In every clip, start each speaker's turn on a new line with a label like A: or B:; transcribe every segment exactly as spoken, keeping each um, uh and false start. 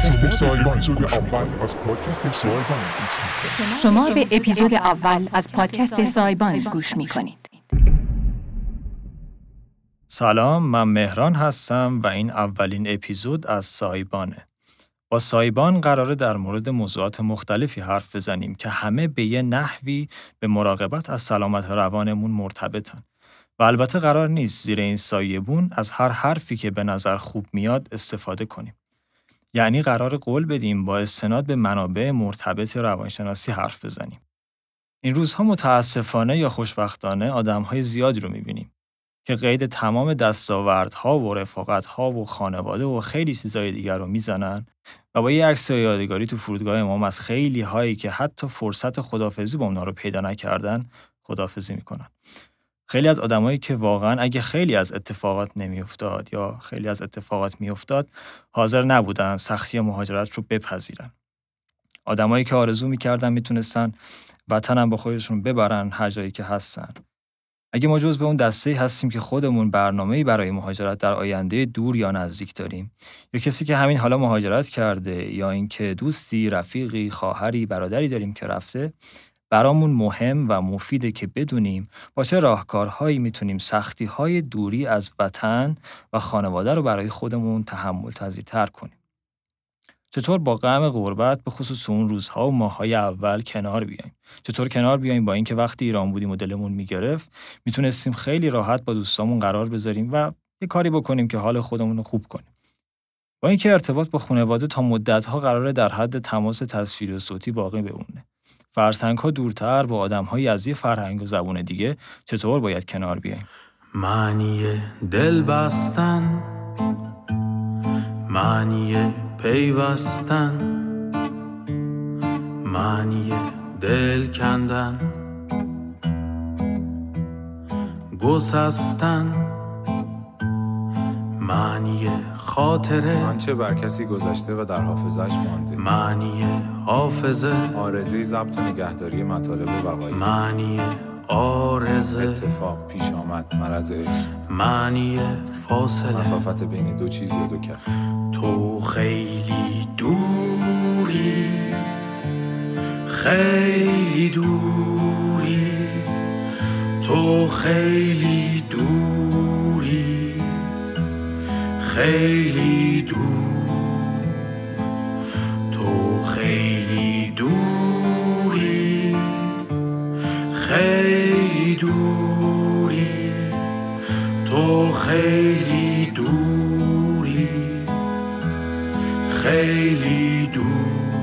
A: پادکست سایبان اپیزود اول از پادکست سایبان
B: شما به اپیزود اول از پادکست سایبان گوش می‌کنید.
C: سلام، من مهران هستم و این اولین اپیزود از سایبانه. با سایبان قراره در مورد موضوعات مختلفی حرف بزنیم که همه به یه نحوی به مراقبت از سلامت روانمون مرتبطن. و البته قرار نیست زیر این سایبون از هر حرفی که به نظر خوب میاد استفاده کنیم. یعنی قرار قول بدیم با استناد به منابع مرتبط روانشناسی حرف بزنیم. این روزها متاسفانه یا خوشبختانه آدم‌های زیادی رو می‌بینیم که قید تمام دستاوردها و رفاقت‌ها و خانواده و خیلی چیزای دیگر رو میزنن و با یه عکس یادگاری تو فرودگاه امام از خیلی هایی که حتی فرصت خداحافظی با اونا رو پیدا نکردن خداحافظی میکنن. خیلی از آدمایی که واقعا اگه خیلی از اتفاقات نمیافتاد یا خیلی از اتفاقات میافتاد حاضر نبودن سختی مهاجرت رو بپذیرن. آدمایی که آرزو میکردن میتونستن وطنم با خودشون ببرن هر جایی که هستن. اگه ما جزو اون دسته‌ای هستیم که خودمون برنامه‌ای برای مهاجرت در آینده دور یا نزدیک داریم، یا کسی که همین حالا مهاجرت کرده، یا اینکه دوستی، رفیقی، خواهری، برادری داریم که رفته، برامون مهم و مفیده که بدونیم با چه راهکارهایی میتونیم سختی‌های دوری از وطن و خانواده رو برای خودمون تحمل پذیرتر کنیم. چطور با غم غربت به خصوص اون روزها و ماه‌های اول کنار بیایم؟ چطور کنار بیایم با اینکه وقتی ایران بودیم و دلمون میگرفت میتونستیم خیلی راحت با دوستامون قرار بذاریم و یه کاری بکنیم که حال خودمون رو خوب کنیم. با اینکه ارتباط با خانواده تا مدت‌ها قراره در حد تماس تصویری و صوتی باقی بمونه. فرسنگ‌ها دورتر با آدم‌های از یه فرهنگ و زبون دیگه چطور باید کنار بیایم؟
D: معنی دل بستن، معنی پیوستن، معنی دل کندن، گسستن، معنی خاطره
E: آنچه بر کسی گذشته و در حافظش مانده،
D: معنی حافظه
E: آرزوی ضبط و نگهداری مطالب بقایی،
D: معنی آرزه
E: اتفاق پیش آمد مرض عشق،
D: معنی فاصله
E: مسافت بین دو چیز یا دو کس.
D: تو خیلی دوری، خیلی دوری، تو خیلی دوری، خیلی دور، تو خیلی دوری، خیلی دوری، تو خیلی دوری، خیلی دور.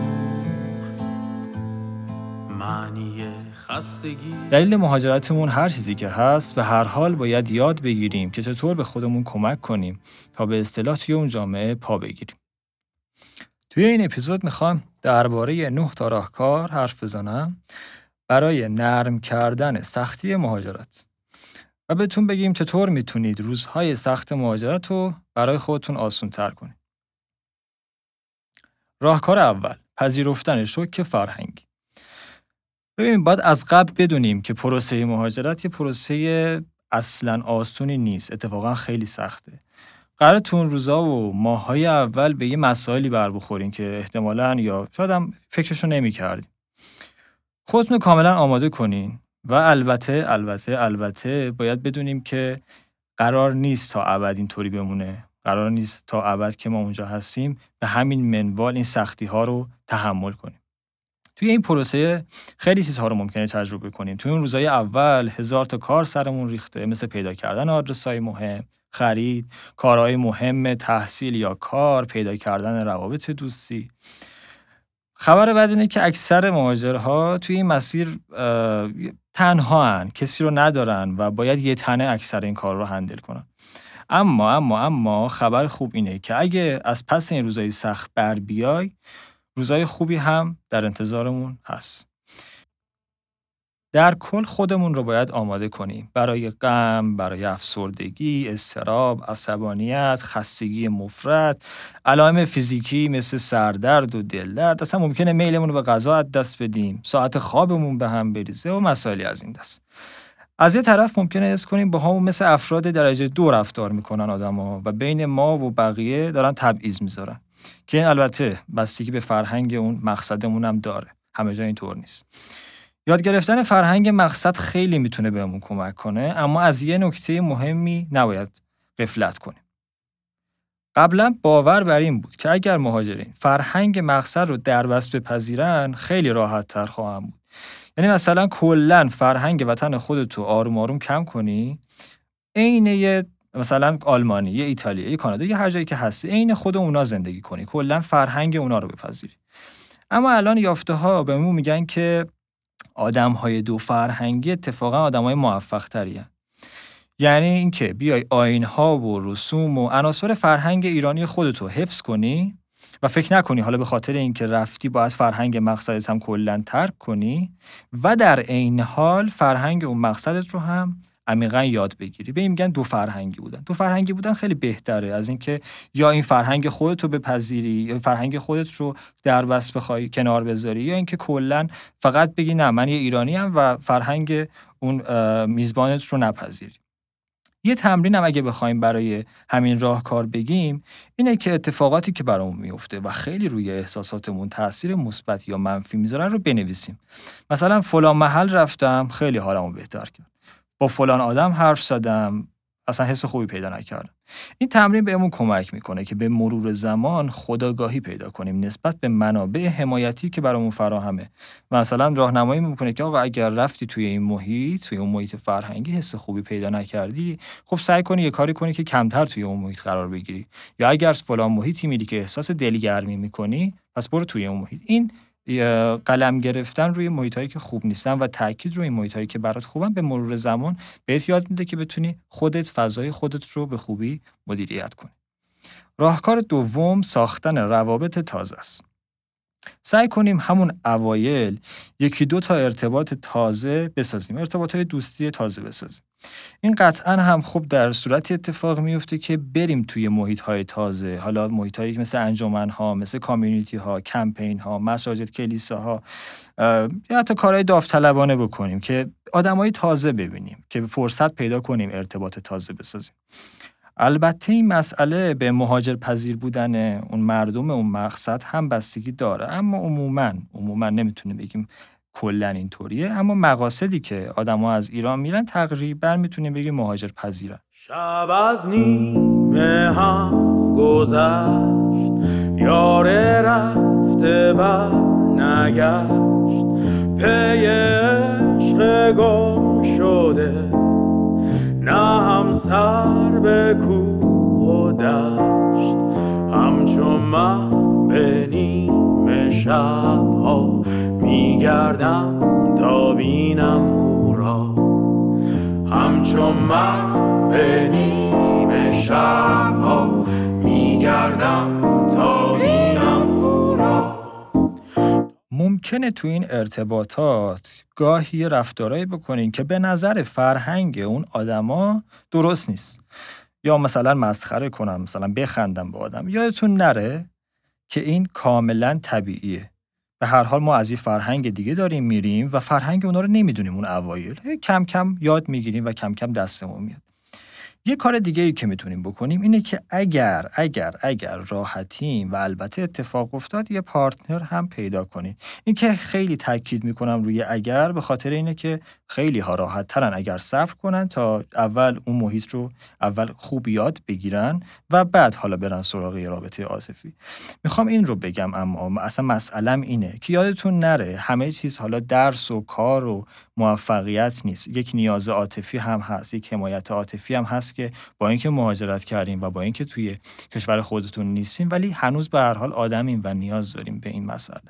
D: معنی خستگی.
C: دلیل مهاجرتمون هر چیزی که هست، به هر حال باید یاد بگیریم که چطور به خودمون کمک کنیم تا به اصطلاح توی اون جامعه پا بگیریم. توی این اپیزود میخوام درباره نه تا راهکار حرف بزنم برای نرم کردن سختی مهاجرت و بهتون بگیم چطور میتونید روزهای سخت مهاجرت رو برای خودتون آسان تر کنید. راهکار اول، پذیرفتن شوک فرهنگی. ببینید باید از قبل بدونیم که پروسه مهاجرت یه پروسه اصلاً آسونی نیست، اتفاقا خیلی سخته. قراره تو اون روزا و ماه‌های اول به یه مسائلی بر بخورین که احتمالاً یا شاید هم فکرشو نمی‌کردین. خودتون رو کاملاً آماده کنین و البته البته البته باید بدونیم که قرار نیست تا ابد اینطوری بمونه. قرار نیست تا ابد که ما اونجا هستیم به همین منوال این سختی‌ها رو تحمل کنیم. توی این پروسه خیلی چیزها رو ممکنه تجربه کنیم. توی اون روزهای اول هزار تا کار سرمون ریخته، مثل پیدا کردن آدرس‌های مهم، خرید، کارهای مهم تحصیل یا کار، پیدا کردن روابط دوستی. خبر بد اینه که اکثر مهاجرها توی این مسیر تنها هن، کسی رو ندارن و باید یه تنه اکثر این کار رو هندل کنن. اما اما اما خبر خوب اینه که اگه از پس این روزهای سخت بر بیای، روزهای خوبی هم در انتظارمون هست. در کل خودمون رو باید آماده کنیم برای غم، برای افسردگی، اضطراب، عصبانیت، خستگی مفرط، علائم فیزیکی مثل سردرد و دلدرد. اصلا ممکنه میلمون رو به غذا از دست بدیم، ساعت خوابمون به هم بریزه و مسائلی از این دست. از یه طرف ممکنه حس کنیم با همون مثل افراد درجه دو رفتار میکنن آدم ها و بین ما و بقیه دارن تبعیض میذارن. که این البته بستگی به فرهنگ اون مقصدمون هم داره، همه جا اینطور نیست. یاد گرفتن فرهنگ مقصد خیلی میتونه بهمون کمک کنه، اما از یه نکته مهمی نباید غفلت کنیم. قبلا باور بر این بود که اگر مهاجرین فرهنگ مقصد رو دربست بپذیرن خیلی راحت تر خواهم بود. یعنی مثلا کلن فرهنگ وطن خودتو آروم آروم کم کنی، عین یه مثلا آلمانی، یه ایتالیایی، یه کانادا، یه هر جایی که هستی عین خود اونا زندگی کنی، کلن فرهنگ اونا رو بپذیری. اما الان یافته‌ها بهمون میگن که آدم‌های دو فرهنگی اتفاقا آدم‌های موفق‌تری هستند. یعنی اینکه بیای آیین‌ها و رسوم و عناصر فرهنگ ایرانی خودتو حفظ کنی و فکر نکنی حالا به خاطر اینکه رفتی باید فرهنگ مقصدت هم کلاً ترک کنی و در عین حال فرهنگ اون مقصدت رو هم عمیقاً یاد بگیری. به این میگن دو فرهنگی بودن. دو فرهنگی بودن خیلی بهتره از اینکه یا این فرهنگ خودت رو بپذیری یا فرهنگ خودت رو دربست بخوای کنار بذاری، یا اینکه کلاً فقط بگی نه من یه ایرانی ام و فرهنگ اون میزبانت رو نپذیری. یه تمرین هم اگه بخوایم برای همین راهکار بگیم اینه که اتفاقاتی که برامون میفته و خیلی روی احساساتمون تاثیر مثبت یا منفی میذارن رو بنویسیم. مثلا فلان محل رفتم خیلی حالمو بهتر کرد، با فلان آدم حرف زدم اصلا حس خوبی پیدا نکردم. این تمرین بهمون کمک میکنه که به مرور زمان خودآگاهی پیدا کنیم نسبت به منابع حمایتی که برامون فراهمه. مثلا راهنمایی میکنه که آقا اگر رفتی توی این محیط، توی اون محیط فرهنگی حس خوبی پیدا نکردی، خب سعی کنی یه کاری کنی که کمتر توی اون محیط قرار بگیری، یا اگر فلان محیطی میری که احساس دلگرمی میکنی پس برو توی اون محیط. این قلم گرفتن روی محیطایی که خوب نیستن و تاکید روی محیطایی که برات خوبن به مرور زمان بهت یاد میده که بتونی خودت فضای خودت رو به خوبی مدیریت کنی. راهکار دوم ساختن روابط تازه است. سعی کنیم همون اوایل یکی دو تا ارتباط تازه بسازیم، ارتباطات دوستی تازه بسازیم. این قطعا هم خوب در صورتی اتفاق میفته که بریم توی محیط‌های تازه، حالا محیط‌هایی مثل انجمن‌ها، مثل کامیونیتی‌ها، کمپین‌ها، مساجد، کلیساها، یا حتی کارهای داوطلبانه بکنیم که آدمای تازه ببینیم، که فرصت پیدا کنیم ارتباط تازه بسازیم. البته این مسئله به مهاجر پذیر بودن اون مردم اون مقصد هم بستگی داره، اما عموماً عموماً نمیتونیم بگیم کلن اینطوریه، اما مقاصدی که آدم‌ها از ایران میرن تقریبا میتونیم بگیم مهاجر پذیرن.
D: شب از نیمه هم گذشت، یار رفته بر نگشت، پی عشق گم شده، نه هم سر به کوه و دشت، همچون من به نیمه شب‌ها میگردم تا بینم او را، همچون من به نیمه شب‌ها میگردم تا بینم او را.
C: ممکنه تو این ارتباطات گاهی رفتارایی بکنین که به نظر فرهنگ اون آدما درست نیست، یا مثلا مسخره کنم، مثلا بخندم به آدم. یادتون نره که این کاملا طبیعیه. به هر حال ما از این فرهنگ دیگه داریم میریم و فرهنگ اونا رو نمیدونیم اون اوایل، کم کم یاد میگیریم و کم کم دستمون میاد. یه کار دیگه ای که میتونیم بکنیم اینه که اگر اگر اگر راحتیم و البته اتفاق افتاد یه پارتنر هم پیدا کنید. این که خیلی تاکید میکنم روی اگر، به خاطر اینه که خیلی ها راحت ترن اگر صبر کنن تا اول اون محیط رو اول خوب یاد بگیرن و بعد حالا برن سراغ رابطه عاطفی. میخوام این رو بگم، اما اصلا مسئلم اینه که یادتون نره همه چیز حالا درس و کار و موفقیت نیست. یک نیاز عاطفی هم هست، یک حمایت عاطفی هم هست که با اینکه مهاجرت کردیم و با اینکه توی کشور خودتون نیستیم ولی هنوز به هر حال آدمیم و نیاز داریم به این مسئله.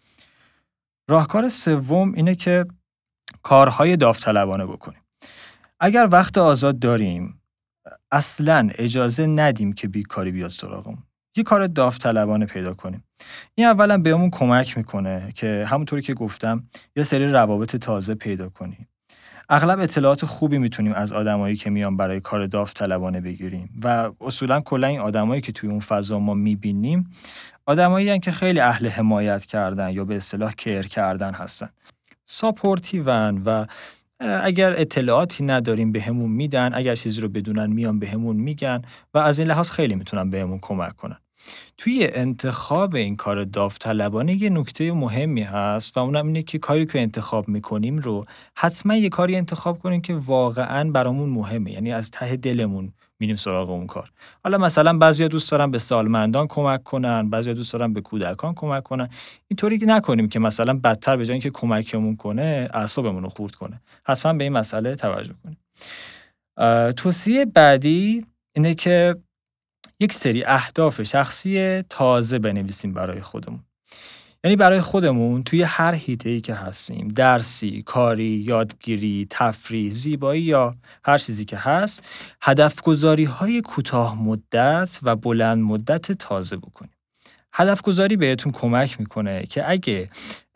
C: راهکار سوم اینه که کارهای داوطلبانه بکنیم. اگر وقت آزاد داریم اصلاً اجازه ندیم که بیکاری بیاد سراغمون. یه کار داوطلبانه پیدا کنیم. این اولا بهمون کمک میکنه که همونطوری که گفتم یه سری روابط تازه پیدا کنیم. اغلب اطلاعات خوبی میتونیم از آدمایی که میان برای کار داوطلبانه بگیریم و اصولا کلا این آدمایی که توی اون فضا ما میبینیم آدمایی هستن که خیلی اهل حمایت کردن یا به اصطلاح کیر کردن هستن. ساپورتیون و اگر اطلاعاتی نداریم بهمون میدن، اگر چیزی رو بدونن میان بهمون میگن و از این لحاظ خیلی میتونن بهمون کمک کنن. توی انتخاب این کار داوطلبانه یه نکته مهمی هست و اونم اینه که کاری که انتخاب میکنیم رو حتما یه کاری انتخاب کنیم که واقعاً برامون مهمه، یعنی از ته دلمون میریم سراغ اون کار. حالا مثلا بعضیا دوست دارن به سالمندان کمک کنن، بعضیا دوست دارن به کودکان کمک کنن. اینطوری که نکنیم که مثلا بدتر به جای اینکه کمکمون کنه اعصابمون رو خورد کنه. حتما به این مسئله توجه کنیم. توصیه بعدی اینه که یک سری اهداف شخصی تازه بنویسیم برای خودمون. یعنی برای خودمون توی هر حیطه‌ای که هستیم، درسی، کاری، یادگیری، تفریح، زیبایی یا هر چیزی که هست، هدف‌گذاری‌های کوتاه مدت و بلند مدت تازه بکنیم. هدف‌گذاری بهتون کمک میکنه که اگه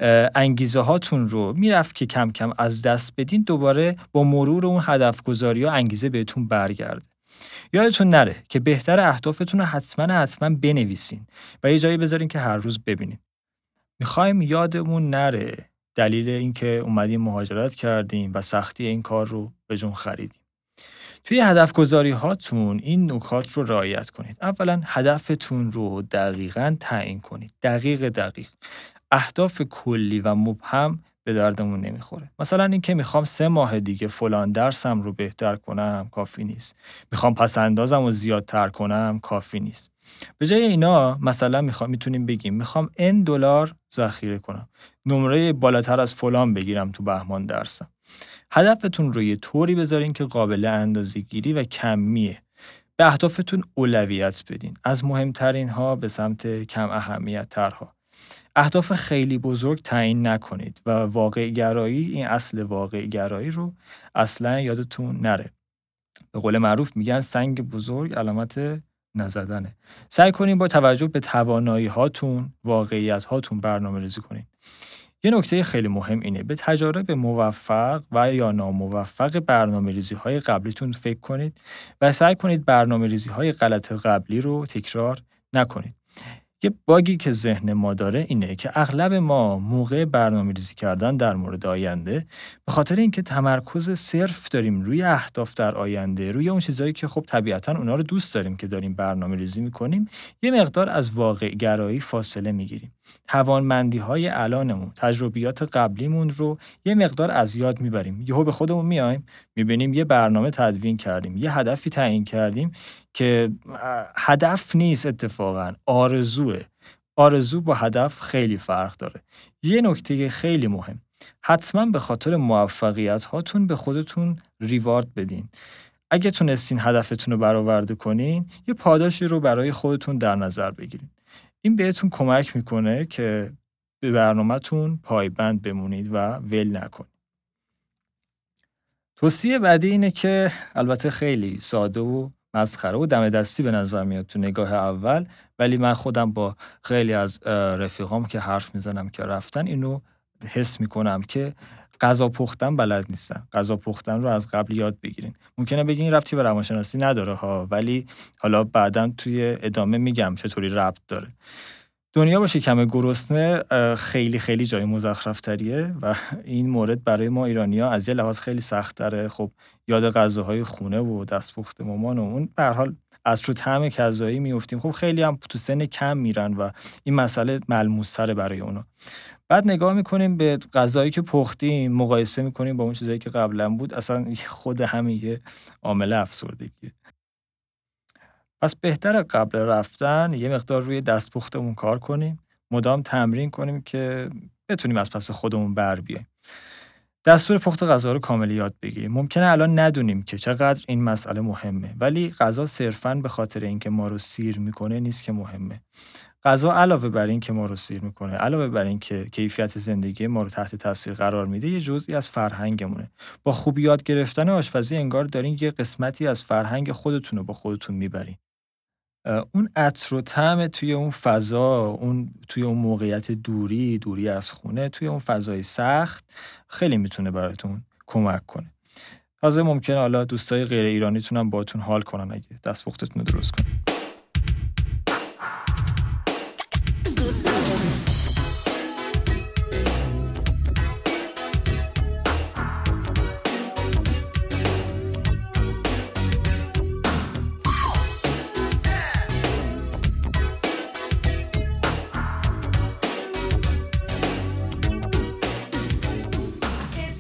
C: انگیزه هاتون رو میرفت که کم کم از دست بدین، دوباره با مرور اون هدف‌گذاری‌ها انگیزه بهتون برگرده. یادتون نره که بهتر اهدافتون رو حتما حتما بنویسین و یه جایی بذارین که هر روز ببینین. میخوایم یادمون نره دلیل اینکه اومدیم مهاجرت کردیم و سختی این کار رو به جون خریدیم. توی هدف گذاری هاتون این نکات رو رعایت کنید. اولا هدفتون رو دقیقاً تعیین کنید. دقیق دقیق. اهداف کلی و مبهم به دردمون نمیخوره. مثلا این که میخوام سه ماه دیگه فلان درسم رو بهتر کنم کافی نیست. میخوام پس اندازم رو زیادتر کنم کافی نیست. به جای اینا مثلا میخوام میتونیم بگیم میخوام n دلار ذخیره کنم. نمره بالاتر از فلان بگیرم تو بهمان درسم. هدفتون رو یه طوری بذارین که قابل اندازه‌گیری و کمیه. به اهدافتون اولویت بدین. از مهمترین ها به سمت کم اهمیت ترها. اهداف خیلی بزرگ تعیین نکنید و واقع گرایی، این اصل واقع گرایی رو اصلا یادتون نره. به قول معروف میگن سنگ بزرگ علامت نزدنه. سعی کنین با توجه به توانایی هاتون، واقعیت هاتون برنامه ریزی کنین. یه نکته خیلی مهم اینه به تجارب موفق و یا ناموفق برنامه ریزی های قبلیتون فکر کنید و سعی کنید برنامه ریزی های غلط قبلی رو تکرار نکنید. یه باگی که ذهن ما داره اینه که اغلب ما موقع برنامه ریزی کردن در مورد آینده به خاطر اینکه تمرکز صرف داریم روی اهداف در آینده، روی اون چیزایی که خب طبیعتاً اونا رو دوست داریم که داریم برنامه ریزی میکنیم، یه مقدار از واقع گرایی فاصله میگیریم. توانمندی های الانمون، تجربیات قبلیمون رو یه مقدار از یاد میبریم. یهو به خودمون میایم میبینیم یه برنامه تدوین کردیم، یه هدفی تعیین کردیم که هدف نیست، اتفاقاً آرزوه. آرزو با هدف خیلی فرق داره. یه نکته خیلی مهم، حتما به خاطر موفقیت هاتون به خودتون ریوارد بدین. اگه تونستین هدفتون رو برآورده کنین، یه پاداشی رو برای خودتون در نظر بگیرین. این بهتون کمک میکنه که به برنامه‌تون پایبند بمونید و ول نکنید. توصیه بعدی اینه که البته خیلی ساده و مسخره و دم دستی به نظر میاد تو نگاه اول، ولی من خودم با خیلی از رفیقام که حرف میزنم که رفتن اینو حس میکنم که غذا پختن بلد نیستن. غذا پختن رو از قبل یاد بگیرین. ممکنه بگین این ربطی به روانشناسی نداره ها، ولی حالا بعداً توی ادامه میگم چطوری ربط داره. دنیا با شکم گرسنه خیلی خیلی جای مزخرف‌تریه و این مورد برای ما ایرانی‌ها از یه لحاظ خیلی سخت‌تره. خب یاد غذاهای خونه و دستپخت مامان و اون به هر حال از رو طعم غذایی میافتیم. خب خیلی هم تو سن کم میرن و این مسئله ملموس‌تره برای اونا. بعد نگاه میکنیم به غذایی که پختیم، مقایسه میکنیم با اون چیزایی که قبلا بود، اصلا خود همین یه عامل افسردگیه. پس بهتره قبل رفتن یه مقدار روی دستپختمون کار کنیم، مدام تمرین کنیم که بتونیم از پس خودمون بر بیاییم. دستور پخت غذا رو کامل یاد بگیریم. ممکنه الان ندونیم که چقدر این مسئله مهمه، ولی غذا صرفاً به خاطر اینکه ما رو سیر میکنه نیست که مهمه. غذا علاوه بر این که ما رو سیر میکنه، علاوه بر این که کیفیت زندگی ما رو تحت تاثیر قرار میده، یه جزئی از فرهنگمونه. با خوب یاد گرفتن آشپزی انگار دارین یه قسمتی از فرهنگ خودتون رو با خودتون میبرین. اون عطر و طعم توی اون فضا، اون توی اون موقعیت دوری، دوری از خونه، توی اون فضای سخت خیلی میتونه براتون کمک کنه. تازه ممکنه حالا دوستای غیر ایرانیتون هم باهاتون حال کنن اگه دستپختتون رو درست کنین.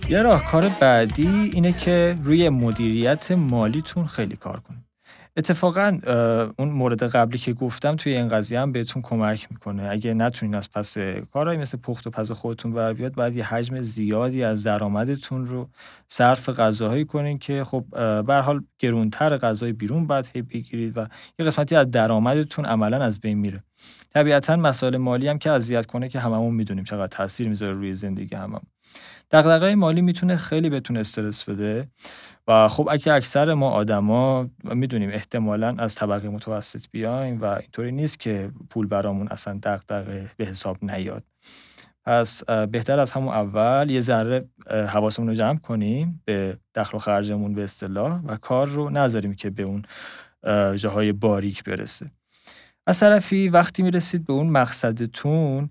C: یه راهکار بعدی اینه که روی مدیریت مالیتون خیلی کار کنید. اتفاقا اون مورد قبلی که گفتم توی این قضیه هم بهتون کمک میکنه. اگه نتونین از پس کارهایی مثل پخت و پز خودتون بر بیاد، باید یه حجم زیادی از درآمدتون رو صرف غذاهایی کنین که خب به هر حال گرونتر غذای بیرون باید هی بگیرید و یه قسمتی از درآمدتون عملاً از بین میره. طبیعتاً مسائل مالی هم که اذیت کنه که هممون میدونیم چقدر تاثیر میذاره روی زندگی هممون. دغدغه مالی میتونه خیلی بهتون استرس بده و خب اگه اکثر ما آدما میدونیم احتمالاً از طبقه متوسط بیایم و اینطوری نیست که پول برامون اصلا دغدغه به حساب نیاد. پس بهتر از همون اول یه ذره حواسمون رو جمع کنیم به دخل و خرجمون به اصطلاح و کار رو نذاریم که به اون جاهای باریک برسه. از طرفی وقتی میرسید به اون مقصدتون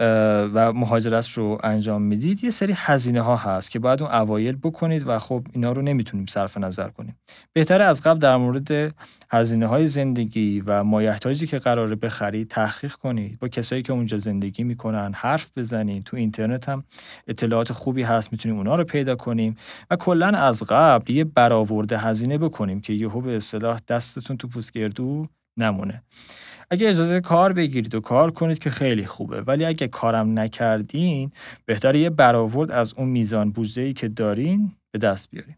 C: و مهاجرت رو انجام میدید، یه سری هزینه ها هست که باید اون اوایل بکنید و خب اینا رو نمیتونیم صرف نظر کنیم. بهتره از قبل در مورد هزینه های زندگی و مایحتاجی که قراره بخرید تحقیق کنید، با کسایی که اونجا زندگی میکنن حرف بزنید. تو اینترنت هم اطلاعات خوبی هست، میتونیم اونا رو پیدا کنیم و کلا از قبل یه برآورده هزینه بکنیم که یهو به اصطلاح دستتون تو پوست گردو نمونه. اگه اجازه کار بگیرید و کار کنید که خیلی خوبه، ولی اگه کارم نکردین بهتره یه برآورد از اون میزان بودجه‌ای که دارین به دست بیارین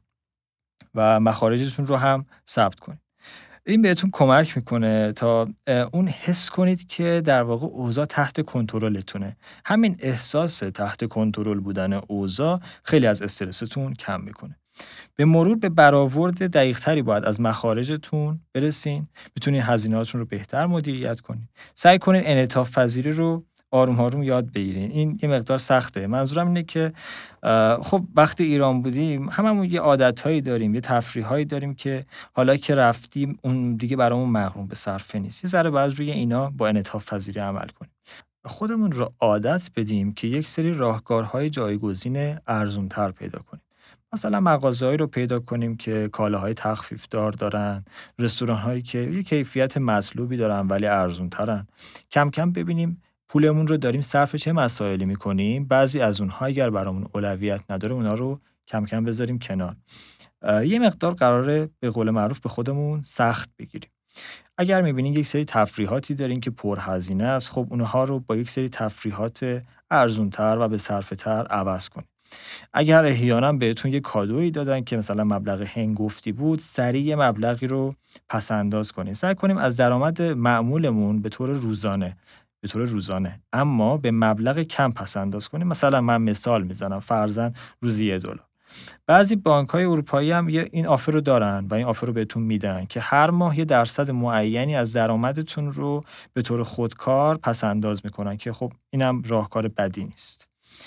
C: و مخارجتون رو هم ثبت کنید. این بهتون کمک میکنه تا اون حس کنید که در واقع اوضاع تحت کنترلتونه. همین احساس تحت کنترل بودن اوضاع خیلی از استرستون کم میکنه. به مرور به برآورد دقیق‌تری باید از مخارجتون برسین، میتونین هزینه‌هاتون رو بهتر مدیریت کنین. سعی کنین انعطاف پذیری رو آروم آروم یاد بگیرین. این یه مقدار سخته. منظورم اینه که خب وقتی ایران بودیم هممون یه عادت‌هایی داریم، یه تفریح‌هایی داریم که حالا که رفتیم اون دیگه برامون مغروم به صرفه نیست. یه ذره باید روی اینا با انعطاف پذیری عمل کنیم. خودمون رو عادت بدیم که یک سری راهکارهای جایگزین ارزان‌تر پیدا کنیم. مثلا مغازه‌هایی رو پیدا کنیم که کالاهای تخفیف‌دار دارن، رستوران‌هایی که یه کیفیت مطلوبی دارن ولی ارزان‌ترن. کم کم ببینیم پولمون رو داریم صرف چه مسائلی می‌کنیم. بعضی از اونها اگر برامون اولویت نداره اونا رو کم کم بذاریم کنار. یه مقدار قراره به قول معروف به خودمون سخت بگیریم. اگر می‌بینین یک سری تفریحاتی دارین که پرهزینه است، خب اونها رو با یک سری تفریحات ارزان‌تر و به صرفه‌تر عوض کنید. اگر احیانا بهتون یه کادویی دادن که مثلا مبلغ هنگفتی بود، سریع مبلغی رو پس انداز کنید. سعی کنیم از درآمد معمولمون به طور روزانه به طور روزانه اما به مبلغ کم پس انداز کنیم. مثلا من مثال میزنم، فرضاً روزی یه دلار. بعضی بانک‌های اروپایی هم یه این آفر رو دارن و این آفر رو بهتون میدن که هر ماه یه درصد معینی از درآمدتون رو به طور خودکار پس انداز میکنن که خب اینم راهکار بدی نیست.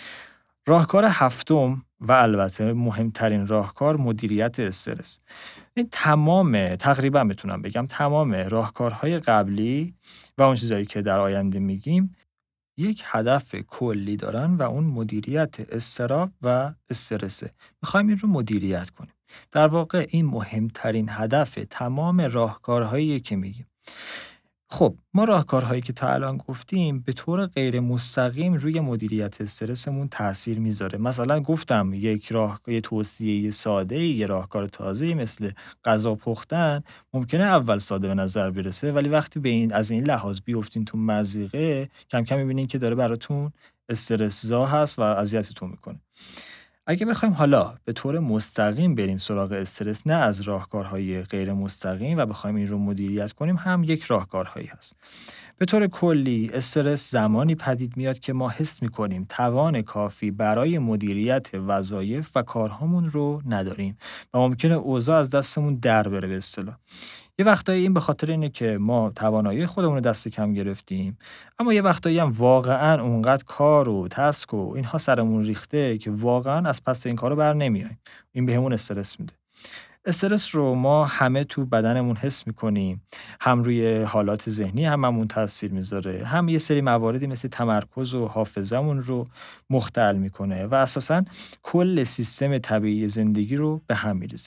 C: راهکار هفتم و البته مهمترین راهکار مدیریت استرس. این تمام تقریبا میتونم بگم تمام راهکارهای قبلی و اون چیزایی که در آینده میگیم یک هدف کلی دارن و اون مدیریت اضطراب و استرسه. میخوایم این رو مدیریت کنیم. در واقع این مهمترین هدف تمام راهکارهایی که میگیم. خب ما راهکارهایی که تا الان گفتیم به طور غیر مستقیم روی مدیریت استرسمون تاثیر میذاره. مثلا گفتم یک راه یه توصیه ساده، یه راهکار تازه مثل غذا پختن ممکنه اول ساده به نظر برسه، ولی وقتی به این از این لحاظ بیفتین تو مضیقه کم کم میبینین که داره براتون استرس زا هست و اذیتتون میکنه. اگه بخوایم حالا به طور مستقیم بریم سراغ استرس، نه از راهکارهای غیر مستقیم و بخوایم این رو مدیریت کنیم، هم یک راهکارهایی هست. به طور کلی استرس زمانی پدید میاد که ما حس میکنیم توان کافی برای مدیریت وظایف و کارهامون رو نداریم و ممکنه اوضاع از دستمون در بره به اصطلاح. یه وقتایی این به خاطر اینه که ما توانایی خودمون رو دست کم گرفتیم، اما یه وقتایی هم واقعاً اونقدر کار و تسک و اینها سرمون ریخته که واقعاً از پس این کارو بر نمیایم. این بهمون استرس میده. استرس رو ما همه تو بدنمون حس میکنیم، هم روی حالات ذهنی هم همون تاثیر میذاره، هم یه سری مواردی مثل تمرکز و حافظمون رو مختل میکنه و اساساً کل سیستم طبیعی زندگی رو به هم میریزه.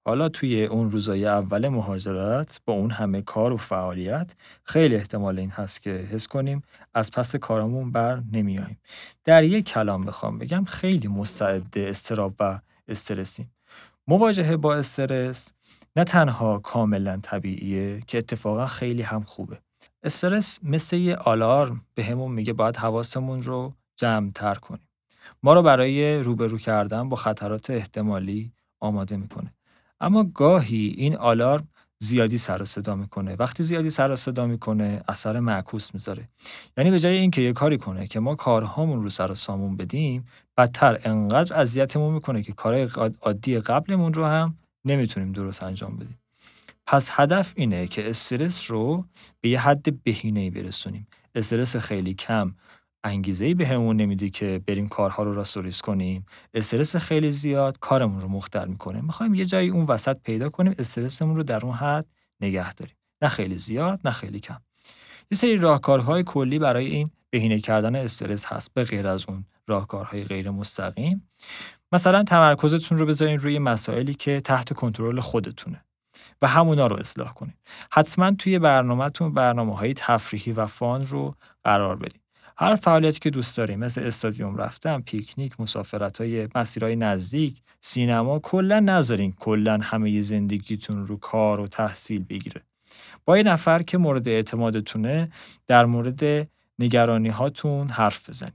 C: حالا توی اون روزای اول مهاجرت با اون همه کار و فعالیت خیلی احتمال این هست که حس کنیم از پس کارامون بر نمیاییم. در یک کلام بخوام بگم خیلی مستعد اضطراب و استرسیم. مواجهه با استرس نه تنها کاملا طبیعیه که اتفاقا خیلی هم خوبه. استرس مثل یه آلارم به همون میگه باید حواسمون رو جمع تر کنیم. ما رو برای روبرو کردن با خطرات احتمالی آماده میکنه. اما گاهی این آلارم زیادی سر و صدا میکنه. وقتی زیادی سر و صدا میکنه اثر معکوس میذاره. یعنی به جای اینکه یه کاری کنه که ما کارهامون رو سر و سامون بدیم، بدتر انقدر اذیتمون میکنه که کارهای عادی قبلمون رو هم نمیتونیم درست انجام بدیم. پس هدف اینه که استرس رو به یه حد بهینه‌ای برسونیم. استرس خیلی کم انگیزه‌ای بهمون نمیده که بریم کارها رو راست و ریز کنیم. استرس خیلی زیاد کارمون رو مختل میکنه. میخوایم یه جایی اون وسط پیدا کنیم، استرسمون رو در اون حد نگه داریم. نه خیلی زیاد، نه خیلی کم. یه سری راهکارهای کلی برای این بهینه کردن استرس هست به غیر از اون راهکارهای غیر مستقیم. مثلا تمرکزتون رو بذارین روی مسائلی که تحت کنترل خودتونه و همونا رو اصلاح کنید. حتما توی برنامه‌تون برنامه‌های تفریحی و فان رو قرار بدید. هر فعالیتی که دوست داریم مثل استادیوم رفتن، پیکنیک، مسافرت‌های مسیرهای نزدیک، سینما، کلا نذارین کلا همه زندگیتون رو کار و تحصیل بگیره. با یه نفر که مورد اعتمادتونه در مورد نگرانی هاتون حرف بزنید.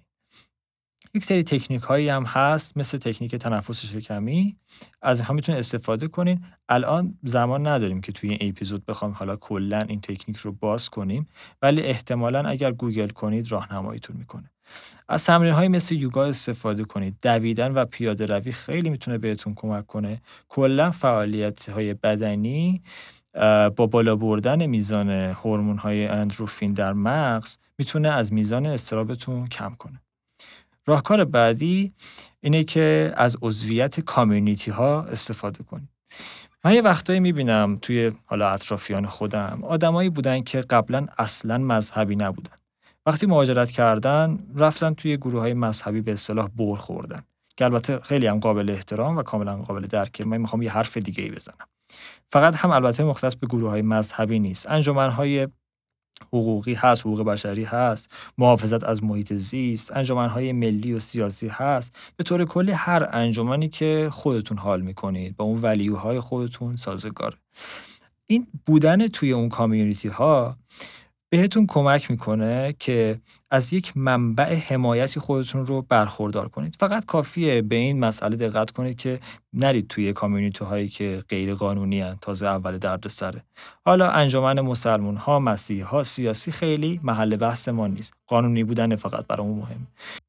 C: یک سری تکنیک هایی هم هست مثل تکنیک تنفس شکمی، از اینها میتونید استفاده کنین. الان زمان نداریم که توی این اپیزود بخوام حالا کلا این تکنیک رو باز کنیم، ولی احتمالاً اگر گوگل کنید راهنماییتون میکنه. از تمرین های مثل یوگا استفاده کنید. دویدن و پیاده روی خیلی میتونه بهتون کمک کنه. کلا فعالیت های بدنی با بالا بردن میزان هورمون های اندروفین در مغز میتونه از میزان اضطرابتون کم کنه. راهکار بعدی اینه که از عضویت کامیونیتی ها استفاده کنید. من یه وقتایی میبینم توی حالا اطرافیان خودم آدمایی بودن که قبلا اصلا مذهبی نبودن. وقتی مهاجرت کردن رفتن توی گروه های مذهبی به اصطلاح بر خوردن که البته خیلی هم قابل احترام و کاملا قابل درکه. من میخوام یه حرف دیگه ای بزنم. فقط هم البته مختص به گروه های مذهبی نیست. انجمن‌های حقوقی هست، حقوق بشری هست، محافظت از محیط زیست، انجمن‌های ملی و سیاسی هست. به طور کلی هر انجمنی که خودتون حال میکنید با اون ولیوهای خودتون سازگاره. این بودن توی اون کامیونیتی ها بهتون کمک میکنه که از یک منبع حمایتی خودتون رو برخوردار کنید. فقط کافیه به این مسئله دقت کنید که نرید توی کامیونیتی هایی که غیر قانونی هستند، تازه اول درد سره. حالا انجمن مسلمان ها، مسیحی ها، سیاسی خیلی محل بحث ما نیست. قانونی بودن فقط برامون مهم.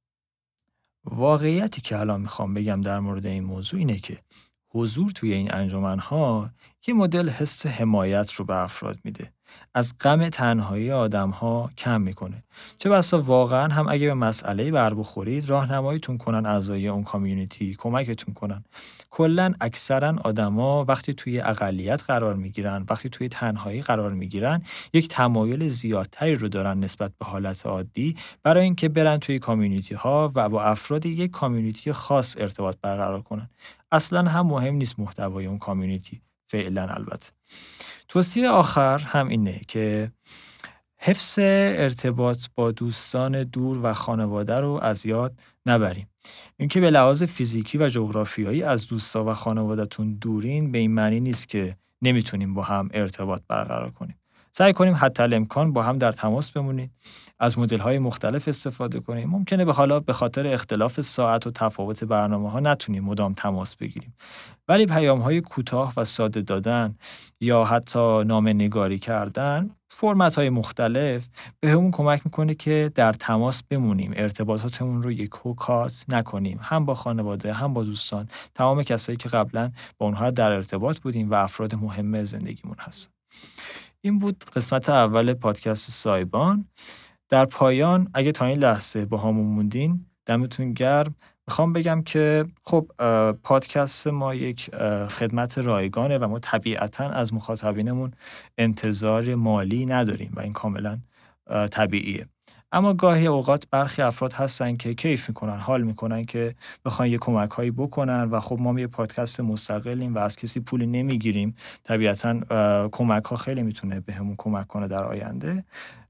C: واقعیتی که الان میخوام بگم در مورد این موضوع اینه که حضور توی این انجمن ها یه مدل حس حمایت رو به افراد میده. از غم تنهایی آدم‌ها کم میکنه. چه بسا واقعا هم اگه به مسئله بر بخورید راهنماییتون کنن اعضای اون کامیونیتی، کمکتون کنن. کلاً اکثرا آدما وقتی توی اقلیت قرار میگیرن، وقتی توی تنهایی قرار میگیرن، یک تمایل زیادتری رو دارن نسبت به حالت عادی برای اینکه برن توی کامیونیتی ها و با افراد یک کامیونیتی خاص ارتباط برقرار کنن. اصلاً هم مهم نیست محتوای اون کامیونیتی فعلا. البته توصیه آخر هم اینه که حفظ ارتباط با دوستان دور و خانواده رو از یاد نبریم. اینکه به لحاظ فیزیکی و جغرافیایی از دوستا و خانواده‌تون دورین به این معنی نیست که نمیتونیم با هم ارتباط برقرار کنیم. سعی کنیم حتی الامکان با هم در تماس بمونیم، از مدل‌های مختلف استفاده کنیم. ممکنه به حالا به خاطر اختلاف ساعت و تفاوت برنامه‌ها نتونیم مدام تماس بگیریم، ولی پیام‌های کوتاه و ساده دادن یا حتی نامه‌نگاری کردن، فرمت‌های مختلف به همون کمک میکنه که در تماس بمونیم، ارتباطاتمون رو یکو کات نکنیم، هم با خانواده هم با دوستان، تمام کسایی که قبلا با اونها در ارتباط بودیم و افراد مهم زندگیمون هستن. این بود قسمت اول پادکست سایبان. در پایان اگه تا این لحظه با همون موندین دمتون گرم. میخوام بگم که خب پادکست ما یک خدمت رایگانه و ما طبیعتاً از مخاطبینمون انتظار مالی نداریم و این کاملا طبیعیه. اما گاهی اوقات برخی افراد هستن که کیف میکنن، حال میکنن که بخوان یه کمک هایی بکنن و خب ما یه پادکست مستقلیم و از کسی پولی نمیگیریم. طبیعتاً کمک ها خیلی میتونه بهمون کمک کنه در آینده.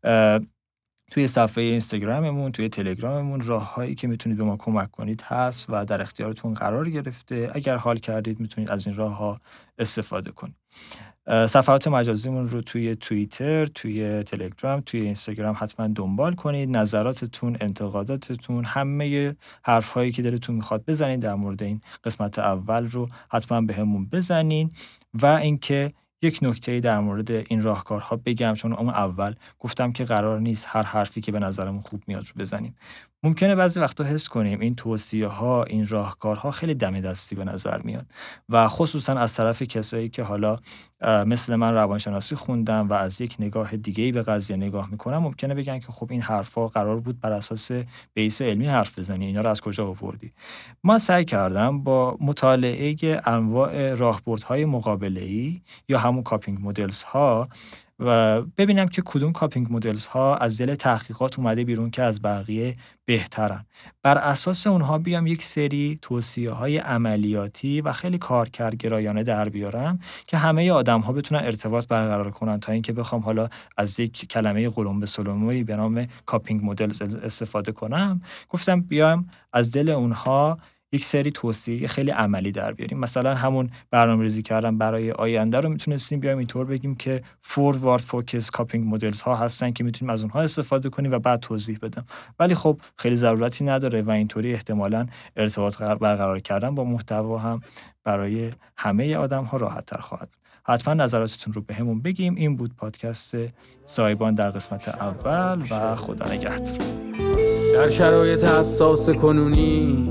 C: توی صفحه اینستاگراممون، توی تلگراممون راههایی که میتونید به ما کمک کنید هست و در اختیارتون قرار گرفته. اگر حال کردید میتونید از این راهها استفاده کنید. صفحات مجازیمون رو توی توییتر، توی تلگرام، توی اینستاگرام حتما دنبال کنید. نظراتتون، انتقاداتتون، همه حرفهایی که دلتون میخواد بزنید در مورد این قسمت اول رو حتما بهمون بزنین. و اینکه یک نکته در مورد این راهکارها بگم، چون اون اول گفتم که قرار نیست هر حرفی که به نظرمون خوب میاد رو بزنیم. ممکنه بعضی وقتا حس کنیم این توصیه ها، این راهکارها خیلی دم دستی به نظر میاد و خصوصا از طرف کسایی که حالا مثل من روانشناسی خوندن و از یک نگاه دیگه‌ای به قضیه نگاه میکنن، ممکنه بگن که خب این حرفا قرار بود بر اساس بیس علمی حرف بزنی، اینا رو از کجا آوردی؟ ما سعی کردم با مطالعه انواع راهبردهای مقابله‌ای یا همون کاپینگ مدلز ها و ببینم که کدوم کاپینگ مدلز ها از دل تحقیقات اومده بیرون که از بقیه بهترن. بر اساس اونها بیام یک سری توصیه های عملیاتی و خیلی کارکردگرایانه در بیارم که همه آدم ها بتونن ارتباط برقرار کنن، تا اینکه بخوام حالا از یک کلمه قلمبه سلمویی به نام کاپینگ مدلز استفاده کنم. گفتم بیام از دل اونها یک سری توصیه خیلی عملی در بیاریم. مثلا همون برنامه‌ریزی کردن برای آینده رو میتونستیم بیایم اینطور بگیم که فوروارد فوکس کاپینگ مدلز ها هستن که میتونیم از اونها استفاده کنیم و بعد توضیح بدم. ولی خب خیلی ضرورتی نداره و اینطوری احتمالاً ارتباط برقرار کردن با محتوا هم برای همه آدم ها راحت تر خواهد. حتما نظراتتون رو به همون بگیم. این بود پادکست سایبان در قسمت اول و خدا نگهدار.
D: در شرایط حساس کنونی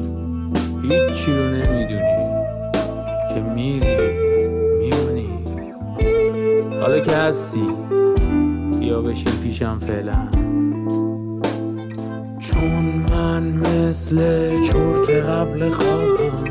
D: هیچی رو نمیدونی که میری میمونی. حالا که هستی بیا بشین پیشم فعلا، چون من مثل چرت قبل خوابم